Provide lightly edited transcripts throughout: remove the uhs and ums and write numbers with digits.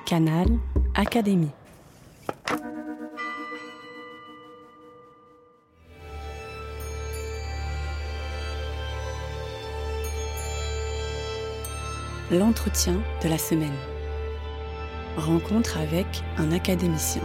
Canal Académie. L'entretien de la semaine. Rencontre avec un académicien.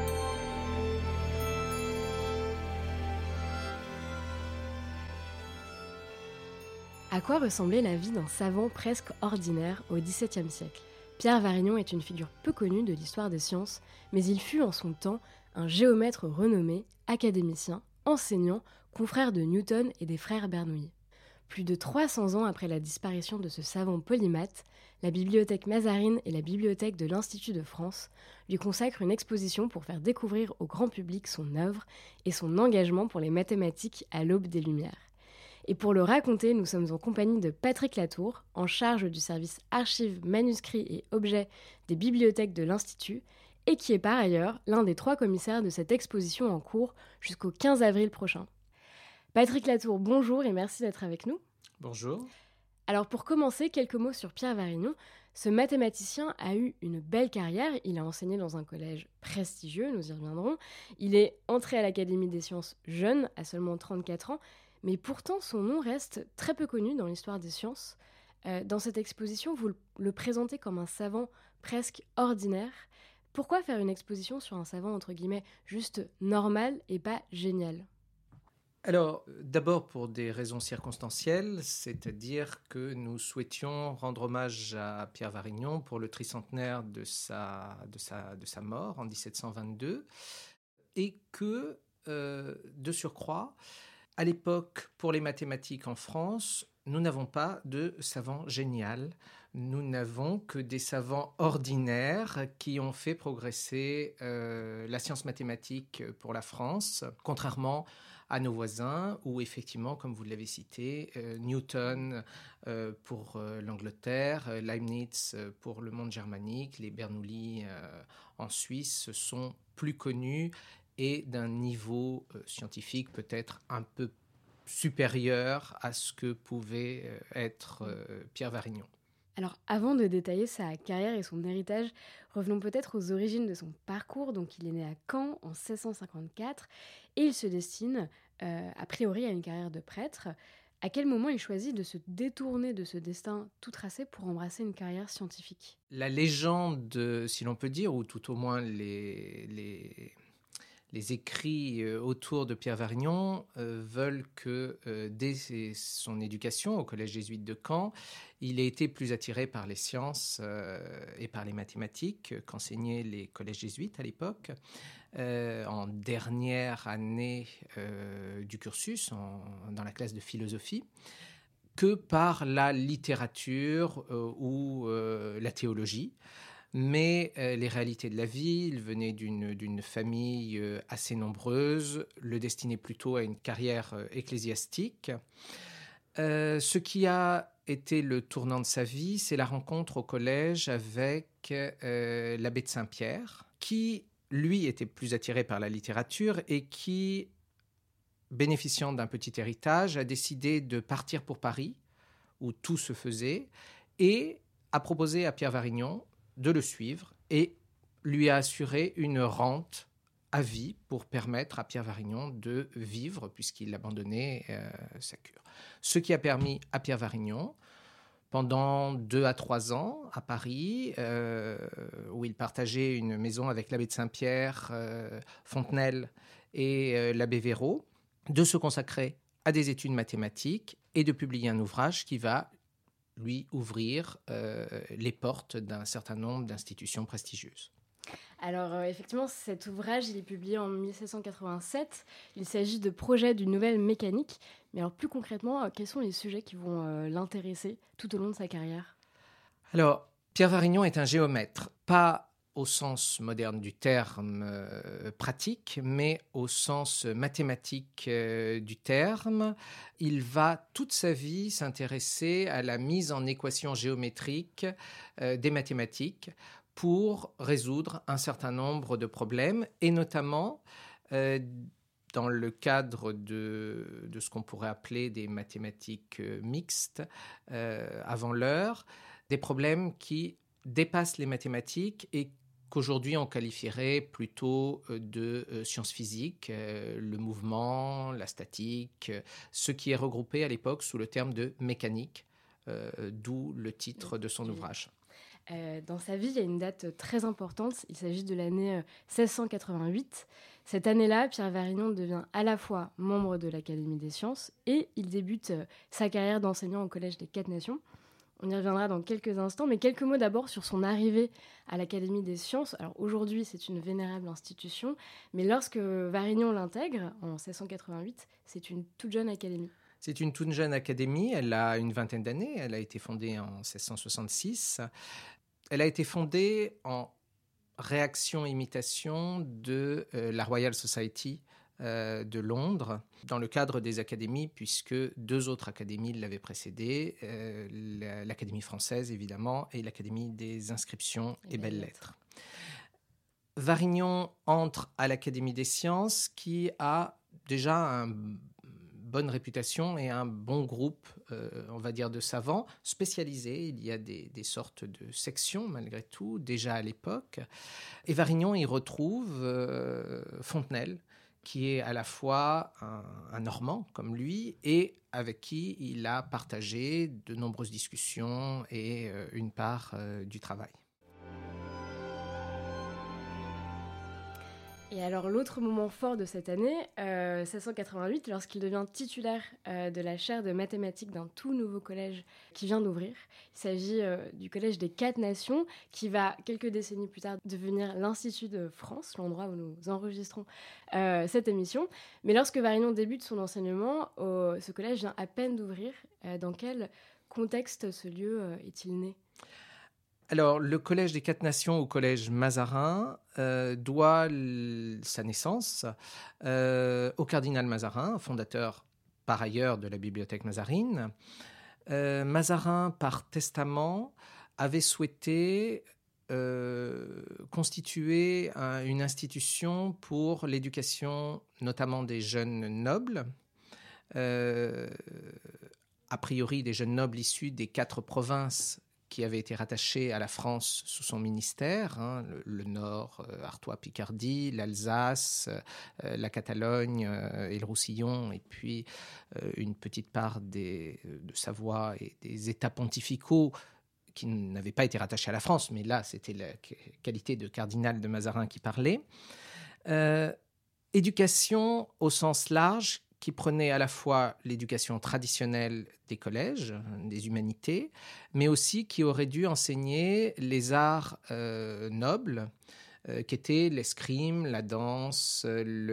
À quoi ressemblait la vie d'un savant presque ordinaire au XVIIe siècle ? Pierre Varignon est une figure peu connue de l'histoire des sciences, mais il fut en son temps un géomètre renommé, académicien, enseignant, confrère de Newton et des frères Bernoulli. Plus de 300 ans après la disparition de ce savant polymathe, la bibliothèque Mazarine et la bibliothèque de l'Institut de France lui consacrent une exposition pour faire découvrir au grand public son œuvre et son engagement pour les mathématiques à l'aube des Lumières. Et pour le raconter, nous sommes en compagnie de Patrick Latour, en charge du service archives, manuscrits et objets des bibliothèques de l'Institut, et qui est par ailleurs l'un des 3 commissaires de cette exposition en cours jusqu'au 15 avril prochain. Patrick Latour, bonjour et merci d'être avec nous. Bonjour. Alors pour commencer, quelques mots sur Pierre Varignon. Ce mathématicien a eu une belle carrière, il a enseigné dans un collège prestigieux, nous y reviendrons. Il est entré à l'Académie des sciences jeune, à seulement 34 ans, mais pourtant son nom reste très peu connu dans l'histoire des sciences. Dans cette exposition, vous le présentez comme un savant presque ordinaire. Pourquoi faire une exposition sur un savant, entre guillemets, juste normal et pas génial ? Alors, d'abord pour des raisons circonstancielles, c'est-à-dire que nous souhaitions rendre hommage à Pierre Varignon pour le tricentenaire de sa mort en 1722, et que, de surcroît, à l'époque, pour les mathématiques en France, nous n'avons pas de savants génial. Nous n'avons que des savants ordinaires qui ont fait progresser la science mathématique pour la France, contrairement à nos voisins, où effectivement, comme vous l'avez cité, Newton pour l'Angleterre, Leibniz pour le monde germanique, les Bernoulli en Suisse sont plus connus et d'un niveau scientifique peut-être un peu supérieur à ce que pouvait être Pierre Varignon. Alors, avant de détailler sa carrière et son héritage, revenons peut-être aux origines de son parcours. Donc, il est né à Caen en 1654 et il se destine, a priori, à une carrière de prêtre. À quel moment il choisit de se détourner de ce destin tout tracé pour embrasser une carrière scientifique ? La légende, si l'on peut dire, ou tout au moins les écrits autour de Pierre Varignon veulent que dès son éducation au collège jésuite de Caen, il ait été plus attiré par les sciences et par les mathématiques qu'enseignaient les collèges jésuites à l'époque. En dernière année du cursus, dans la classe de philosophie, que par la littérature ou la théologie. Mais les réalités de la vie, il venait d'une famille assez nombreuse, le destinait plutôt à une carrière ecclésiastique. Ce qui a été le tournant de sa vie, c'est la rencontre au collège avec l'abbé de Saint-Pierre, qui, lui, était plus attiré par la littérature et qui, bénéficiant d'un petit héritage, a décidé de partir pour Paris, où tout se faisait, et a proposé à Pierre Varignon de le suivre et lui a assuré une rente à vie pour permettre à Pierre Varignon de vivre puisqu'il abandonnait sa cure. Ce qui a permis à Pierre Varignon, pendant 2 à 3 ans à Paris, où il partageait une maison avec l'abbé de Saint-Pierre, Fontenelle et l'abbé Véraud, de se consacrer à des études mathématiques et de publier un ouvrage qui va lui ouvrir les portes d'un certain nombre d'institutions prestigieuses. Alors effectivement, cet ouvrage, il est publié en 1787. Il s'agit de Projets d'une nouvelle mécanique. Mais alors plus concrètement, quels sont les sujets qui vont l'intéresser tout au long de sa carrière ? Alors, Pierre Varignon est un géomètre, pas au sens moderne du terme pratique, mais au sens mathématique du terme. Il va toute sa vie s'intéresser à la mise en équation géométrique des mathématiques pour résoudre un certain nombre de problèmes, et notamment dans le cadre de ce qu'on pourrait appeler des mathématiques mixtes avant l'heure, des problèmes qui dépasse les mathématiques et qu'aujourd'hui on qualifierait plutôt de sciences physiques, le mouvement, la statique, ce qui est regroupé à l'époque sous le terme de mécanique, d'où le titre de son ouvrage. Dans sa vie, il y a une date très importante, il s'agit de l'année 1688. Cette année-là, Pierre Varignon devient à la fois membre de l'Académie des sciences et il débute sa carrière d'enseignant au Collège des Quatre Nations. On y reviendra dans quelques instants, mais quelques mots d'abord sur son arrivée à l'Académie des sciences. Alors aujourd'hui, c'est une vénérable institution, mais lorsque Varignon l'intègre, en 1688, c'est une toute jeune académie. C'est une toute jeune académie, elle a une vingtaine d'années, elle a été fondée en 1666. Elle a été fondée en réaction-imitation de la Royal Society de Londres, dans le cadre des académies, puisque 2 autres académies l'avaient précédée, l'Académie française évidemment, et l'Académie des inscriptions et belles-lettres. Varignon entre à l'Académie des sciences, qui a déjà une bonne réputation et un bon groupe, on va dire, de savants spécialisés. Il y a des sortes de sections, malgré tout, déjà à l'époque. Et Varignon y retrouve Fontenelle, qui est à la fois un Normand comme lui et avec qui il a partagé de nombreuses discussions et une part du travail. Et alors l'autre moment fort de cette année, 1688, lorsqu'il devient titulaire de la chaire de mathématiques d'un tout nouveau collège qui vient d'ouvrir. Il s'agit du Collège des Quatre Nations, qui va quelques décennies plus tard devenir l'Institut de France, l'endroit où nous enregistrons cette émission. Mais lorsque Varignon débute son enseignement, ce collège vient à peine d'ouvrir. Dans quel contexte ce lieu est-il né ? Alors, le Collège des Quatre Nations ou Collège Mazarin doit sa naissance au cardinal Mazarin, fondateur par ailleurs de la bibliothèque mazarine. Mazarin, par testament, avait souhaité constituer une institution pour l'éducation, notamment des jeunes nobles, a priori des jeunes nobles issus des 4 provinces qui avait été rattaché à la France sous son ministère, le Nord, Artois, Picardie, l'Alsace, la Catalogne et le Roussillon, et puis une petite part de Savoie et des États pontificaux qui n'avaient pas été rattachés à la France, mais là, c'était la qualité de cardinal de Mazarin qui parlait. Éducation au sens large, qui prenait à la fois l'éducation traditionnelle des collèges, des humanités, mais aussi qui aurait dû enseigner les arts nobles, qui étaient l'escrime, la danse,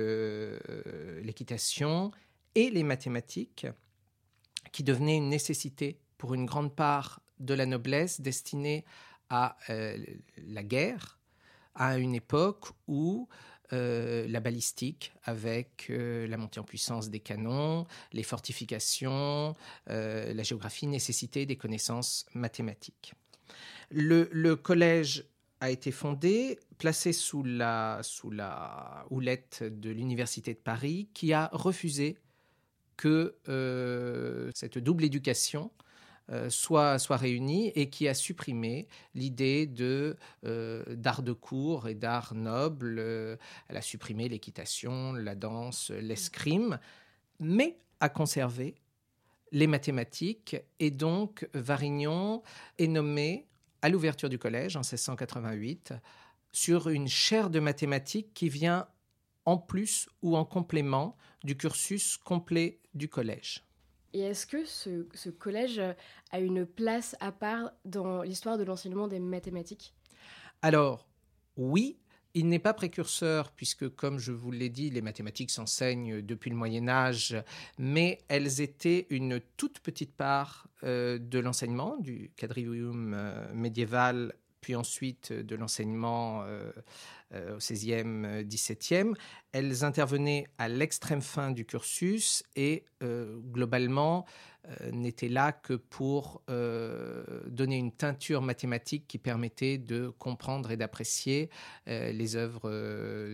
l'équitation et les mathématiques, qui devenaient une nécessité pour une grande part de la noblesse destinée à la guerre, à une époque où la balistique avec la montée en puissance des canons, les fortifications, la géographie nécessitaient des connaissances mathématiques. Le collège a été fondé, placé sous la houlette de l'Université de Paris, qui a refusé que cette double éducation soit réunie et qui a supprimé l'idée d'art de cour et d'art noble. Elle a supprimé l'équitation, la danse, l'escrime, mais a conservé les mathématiques. Et donc, Varignon est nommé à l'ouverture du collège en 1688 sur une chaire de mathématiques qui vient en plus ou en complément du cursus complet du collège. Et est-ce que ce collège a une place à part dans l'histoire de l'enseignement des mathématiques ? Alors, oui, il n'est pas précurseur puisque, comme je vous l'ai dit, les mathématiques s'enseignent depuis le Moyen-Âge, mais elles étaient une toute petite part de l'enseignement du quadrivium médiéval, puis ensuite de l'enseignement au XVIe, XVIIe. Elles intervenaient à l'extrême fin du cursus et globalement n'étaient là que pour donner une teinture mathématique qui permettait de comprendre et d'apprécier les œuvres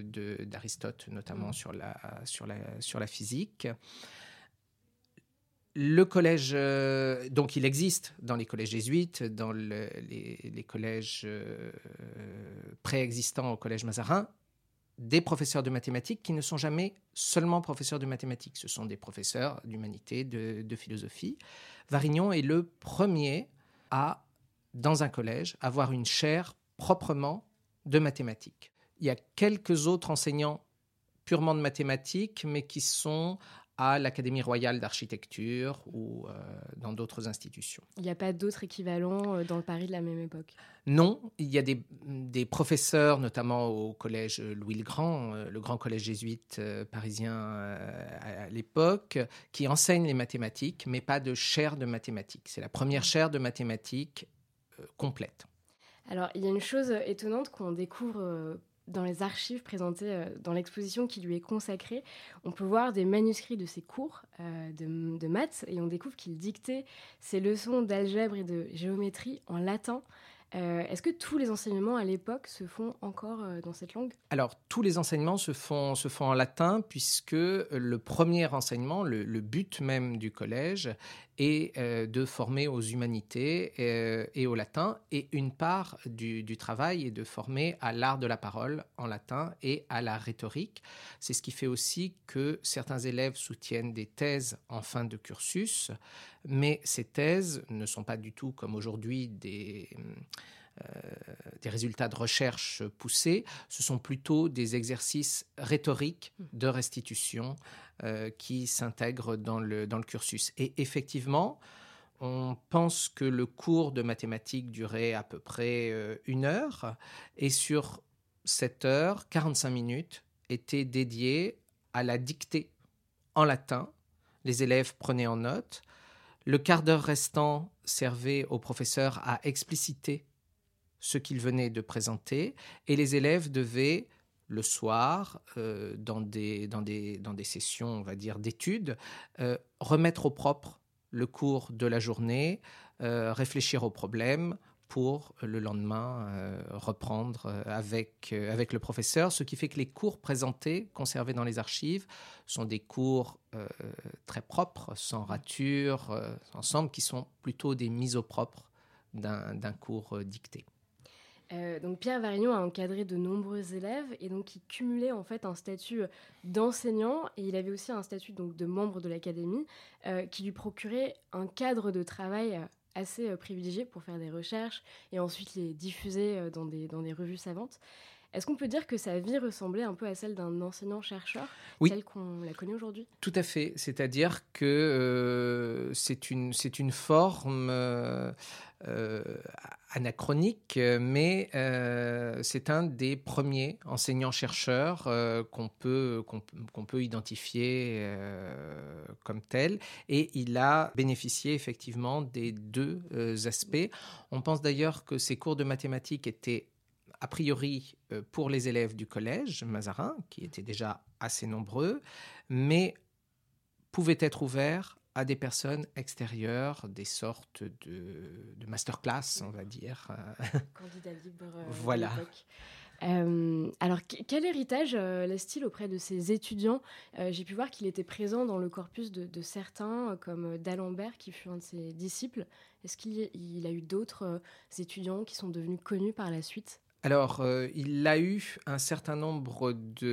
d'Aristote, notamment sur la physique. Le collège, donc il existe dans les collèges jésuites, dans les collèges préexistants au collège Mazarin, des professeurs de mathématiques qui ne sont jamais seulement professeurs de mathématiques. Ce sont des professeurs d'humanité, de philosophie. Varignon est le premier à, dans un collège, avoir une chaire proprement de mathématiques. Il y a quelques autres enseignants purement de mathématiques, mais qui sont à l'Académie royale d'architecture ou dans d'autres institutions. Il n'y a pas d'autres équivalents dans le Paris de la même époque? Non, il y a des professeurs, notamment au collège Louis-le-Grand, le grand collège jésuite parisien à l'époque, qui enseignent les mathématiques, mais pas de chaire de mathématiques. C'est la première chaire de mathématiques complète. Alors, il y a une chose étonnante qu'on découvre dans les archives présentées dans l'exposition qui lui est consacrée. On peut voir des manuscrits de ses cours de maths et on découvre qu'il dictait ses leçons d'algèbre et de géométrie en latin. Est-ce que tous les enseignements à l'époque se font encore dans cette langue? Alors, tous les enseignements se font en latin, puisque le premier enseignement, le but même du collège, est de former aux humanités et au latin, et une part du travail est de former à l'art de la parole en latin et à la rhétorique. C'est ce qui fait aussi que certains élèves soutiennent des thèses en fin de cursus, mais ces thèses ne sont pas du tout comme aujourd'hui des résultats de recherche poussés, ce sont plutôt des exercices rhétoriques de restitution qui s'intègrent dans le cursus. Et effectivement, on pense que le cours de mathématiques durait à peu près 1 heure, et sur cette heure, 45 minutes étaient dédiées à la dictée en latin. Les élèves prenaient en note. Le quart d'heure restant servait au professeur à expliciter ce qu'il venait de présenter, et les élèves devaient, le soir, dans des sessions, on va dire, d'études, remettre au propre le cours de la journée, réfléchir aux problèmes pour le lendemain reprendre avec le professeur, ce qui fait que les cours présentés, conservés dans les archives, sont des cours très propres, sans rature, ensemble, qui sont plutôt des mises au propre d'un cours dicté. Donc Pierre Varignon a encadré de nombreux élèves et donc il cumulait en fait un statut d'enseignant et il avait aussi un statut donc de membre de l'académie qui lui procurait un cadre de travail assez privilégié pour faire des recherches et ensuite les diffuser dans des revues savantes. Est-ce qu'on peut dire que sa vie ressemblait un peu à celle d'un enseignant-chercheur, oui, telle qu'on la connaît aujourd'hui? Tout à fait. C'est-à-dire que c'est une forme anachronique, mais c'est un des premiers enseignants-chercheurs qu'on peut identifier comme tel. Et il a bénéficié effectivement des deux aspects. On pense d'ailleurs que ses cours de mathématiques étaient a priori pour les élèves du collège Mazarin, qui étaient déjà assez nombreux, mais pouvaient être ouverts à des personnes extérieures, des sortes de masterclass, on va dire. Candidat libre voilà. à l'époque. Alors, quel héritage laisse-t-il auprès de ses étudiants? J'ai pu voir qu'il était présent dans le corpus de certains, comme d'Alembert, qui fut un de ses disciples. Est-ce qu'il a eu d'autres étudiants qui sont devenus connus par la suite? Alors, il a eu un certain nombre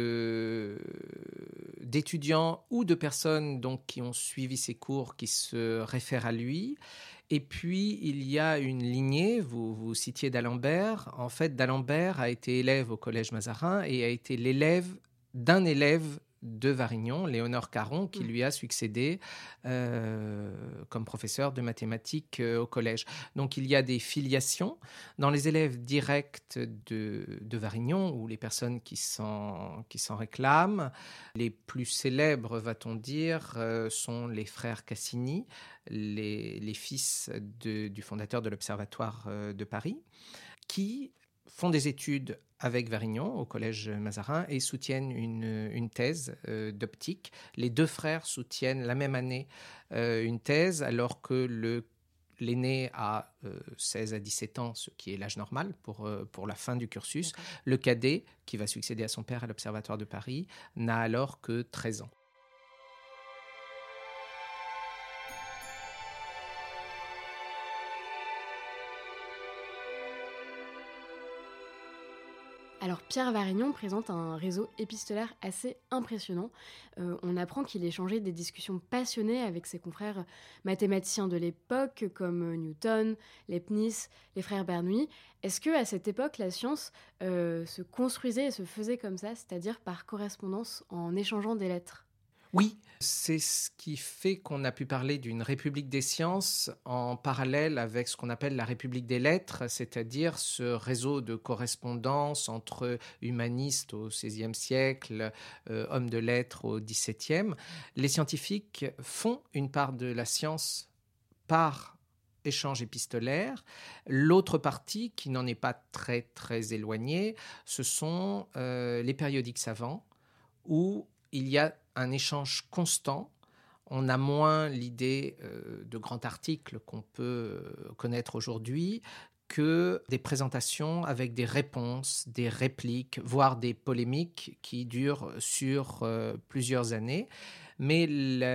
d'étudiants ou de personnes donc, qui ont suivi ses cours qui se réfèrent à lui. Et puis, il y a une lignée, vous citiez d'Alembert. En fait, d'Alembert a été élève au Collège Mazarin et a été l'élève d'un élève de Varignon, Léonore Caron, qui lui a succédé comme professeur de mathématiques au collège. Donc il y a des filiations. Dans les élèves directs de Varignon, ou les personnes qui s'en réclament, les plus célèbres, va-t-on dire, sont les frères Cassini, les fils du fondateur de l'Observatoire de Paris, qui font des études avec Varignon au collège Mazarin et soutiennent une thèse d'optique. Les deux frères soutiennent la même année une thèse, alors que l'aîné a 16 à 17 ans, ce qui est l'âge normal pour la fin du cursus. D'accord. Le cadet, qui va succéder à son père à l'Observatoire de Paris, n'a alors que 13 ans. Alors Pierre Varignon présente un réseau épistolaire assez impressionnant. On apprend qu'il échangeait des discussions passionnées avec ses confrères mathématiciens de l'époque comme Newton, Leibniz, les frères Bernoulli. Est-ce qu'à cette époque, la science se construisait et se faisait comme ça, c'est-à-dire par correspondance en échangeant des lettres ? Oui, c'est ce qui fait qu'on a pu parler d'une république des sciences en parallèle avec ce qu'on appelle la république des lettres, c'est-à-dire ce réseau de correspondance entre humanistes au XVIe siècle, hommes de lettres au XVIIe. Les scientifiques font une part de la science par échange épistolaire. L'autre partie, qui n'en est pas très, très éloignée, ce sont les périodiques savants où il y a un échange constant. On a moins l'idée de grands articles qu'on peut connaître aujourd'hui que des présentations avec des réponses, des répliques, voire des polémiques qui durent sur plusieurs années. Mais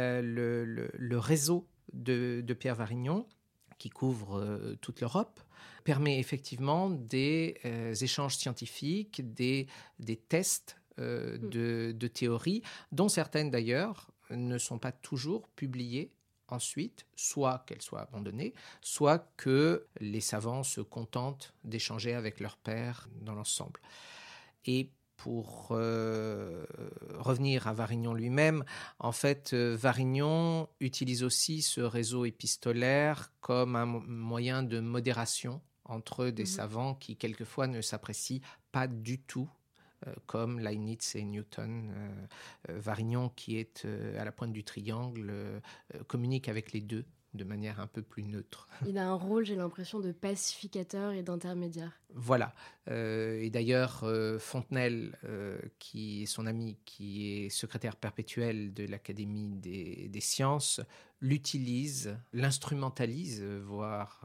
le réseau de Pierre Varignon, qui couvre toute l'Europe, permet effectivement des échanges scientifiques, des tests de théories, dont certaines d'ailleurs ne sont pas toujours publiées ensuite, soit qu'elles soient abandonnées, soit que les savants se contentent d'échanger avec leurs pairs dans l'ensemble. Et pour revenir à Varignon lui-même, en fait, Varignon utilise aussi ce réseau épistolaire comme un moyen de modération entre des savants qui, quelquefois, ne s'apprécient pas du tout, comme Leibniz et Newton. Varignon, qui est à la pointe du triangle, communique avec les deux de manière un peu plus neutre. Il a un rôle, j'ai l'impression, de pacificateur et d'intermédiaire. Voilà. Et d'ailleurs, Fontenelle, qui est son ami, qui est secrétaire perpétuel de l'Académie des sciences, l'utilise, l'instrumentalise, voire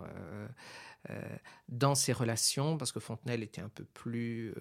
dans ses relations, parce que Fontenelle était un peu plus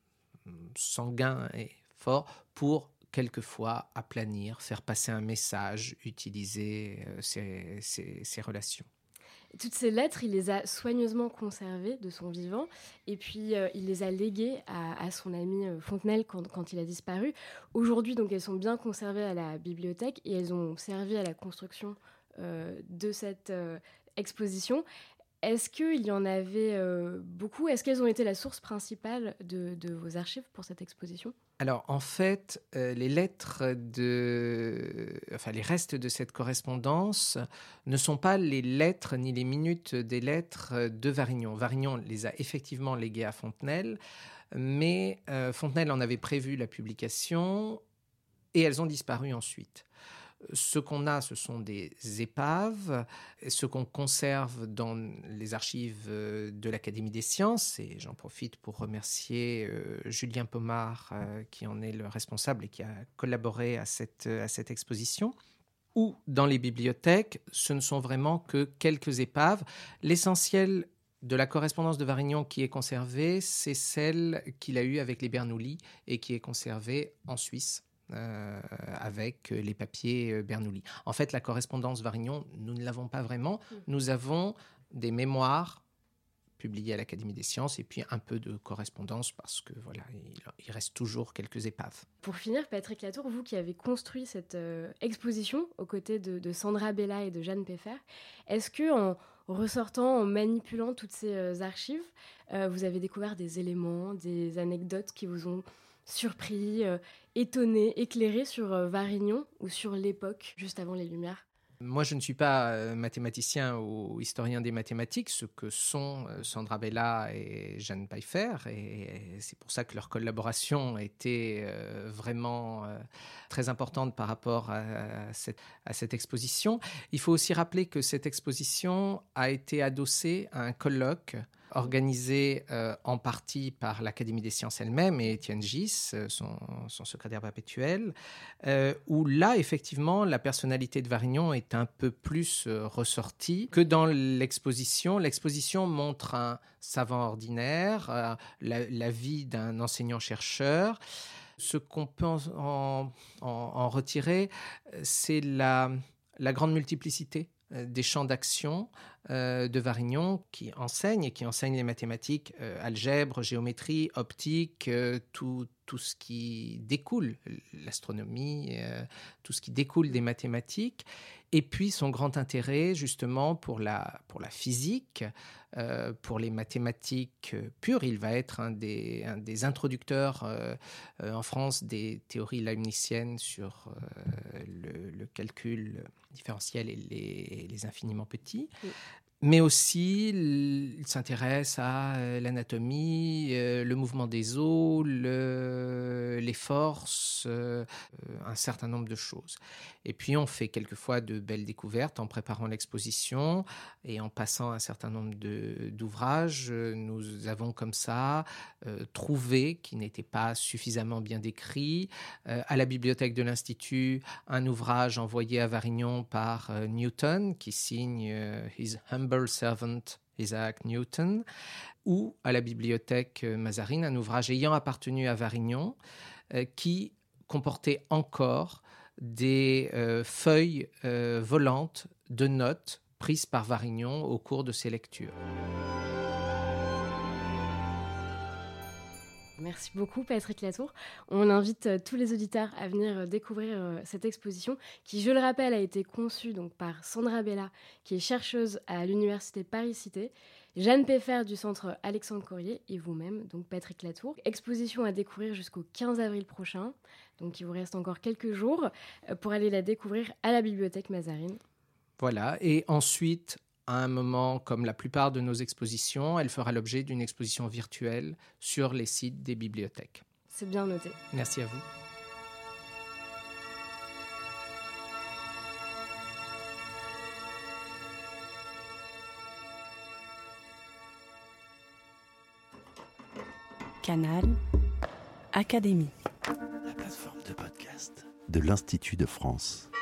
sanguin et fort pour quelquefois aplanir, faire passer un message, utiliser ces relations. Toutes ces lettres, il les a soigneusement conservées de son vivant et puis il les a léguées à son ami Fontenelle quand il a disparu. Aujourd'hui, donc, elles sont bien conservées à la bibliothèque et elles ont servi à la construction de cette exposition. Est-ce qu'il y en avait beaucoup ? Est-ce qu'elles ont été la source principale de vos archives pour cette exposition ? Alors, en fait, les restes de cette correspondance ne sont pas les lettres ni les minutes des lettres de Varignon. Varignon les a effectivement léguées à Fontenelle, mais Fontenelle en avait prévu la publication et elles ont disparu ensuite. Ce qu'on a, ce sont des épaves, ce qu'on conserve dans les archives de l'Académie des sciences, et j'en profite pour remercier Julien Pomard, qui en est le responsable et qui a collaboré à cette exposition. Ou dans les bibliothèques, ce ne sont vraiment que quelques épaves. L'essentiel de la correspondance de Varignon qui est conservée, c'est celle qu'il a eue avec les Bernoulli et qui est conservée en Suisse. Avec les papiers Bernoulli. En fait, la correspondance Varignon, nous ne l'avons pas vraiment. Nous avons des mémoires publiées à l'Académie des sciences et puis un peu de correspondance parce que voilà, il reste toujours quelques épaves. Pour finir, Patrick Latour, vous qui avez construit cette exposition aux côtés de Sandra Bella et de Jeanne Peffer, est-ce que en ressortant, en manipulant toutes ces archives, vous avez découvert des éléments, des anecdotes qui vous ont surpris, étonné, éclairé sur Varignon ou sur l'époque juste avant les Lumières ? Moi, je ne suis pas mathématicien ou historien des mathématiques, ce que sont Sandra Bella et Jeanne Pfeiffer, et c'est pour ça que leur collaboration était vraiment très importante par rapport à cette exposition. Il faut aussi rappeler que cette exposition a été adossée à un colloque organisé en partie par l'Académie des sciences elle-même et Étienne Gis, son secrétaire perpétuel, où là, effectivement, la personnalité de Varignon est un peu plus ressortie que dans l'exposition. L'exposition montre un savant ordinaire, la vie d'un enseignant-chercheur. Ce qu'on peut en retirer, c'est la grande multiplicité des champs d'action, de Varignon qui enseigne les mathématiques, algèbre, géométrie, optique, tout ce qui découle, l'astronomie, tout ce qui découle des mathématiques. Et puis son grand intérêt justement pour la physique, pour les mathématiques pures. Il va être un des introducteurs en France des théories leibniziennes sur le calcul différentiel et les infiniment petits. Oui. Mais aussi, il s'intéresse à l'anatomie, le mouvement des eaux, les forces, un certain nombre de choses. Et puis, on fait quelquefois de belles découvertes en préparant l'exposition et en passant un certain nombre d'ouvrages. Nous avons comme ça trouvé, qui n'était pas suffisamment bien décrit, à la bibliothèque de l'Institut, un ouvrage envoyé à Varignon par Newton, qui signe « His Humble Servant Isaac Newton », ou à la bibliothèque Mazarine, un ouvrage ayant appartenu à Varignon, qui comportait encore des feuilles volantes de notes prises par Varignon au cours de ses lectures. Merci beaucoup Patrick Latour. On invite tous les auditeurs à venir découvrir cette exposition qui, je le rappelle, a été conçue donc, par Sandra Bella, qui est chercheuse à l'université Paris-Cité, Jeanne Peffer du centre Alexandre Corrier et vous-même, donc Patrick Latour. Exposition à découvrir jusqu'au 15 avril prochain, donc il vous reste encore quelques jours pour aller la découvrir à la bibliothèque Mazarine. Voilà, et ensuite, à un moment comme la plupart de nos expositions, elle fera l'objet d'une exposition virtuelle sur les sites des bibliothèques. C'est bien noté. Merci à vous. Canal Académie. La plateforme de podcast de l'Institut de France.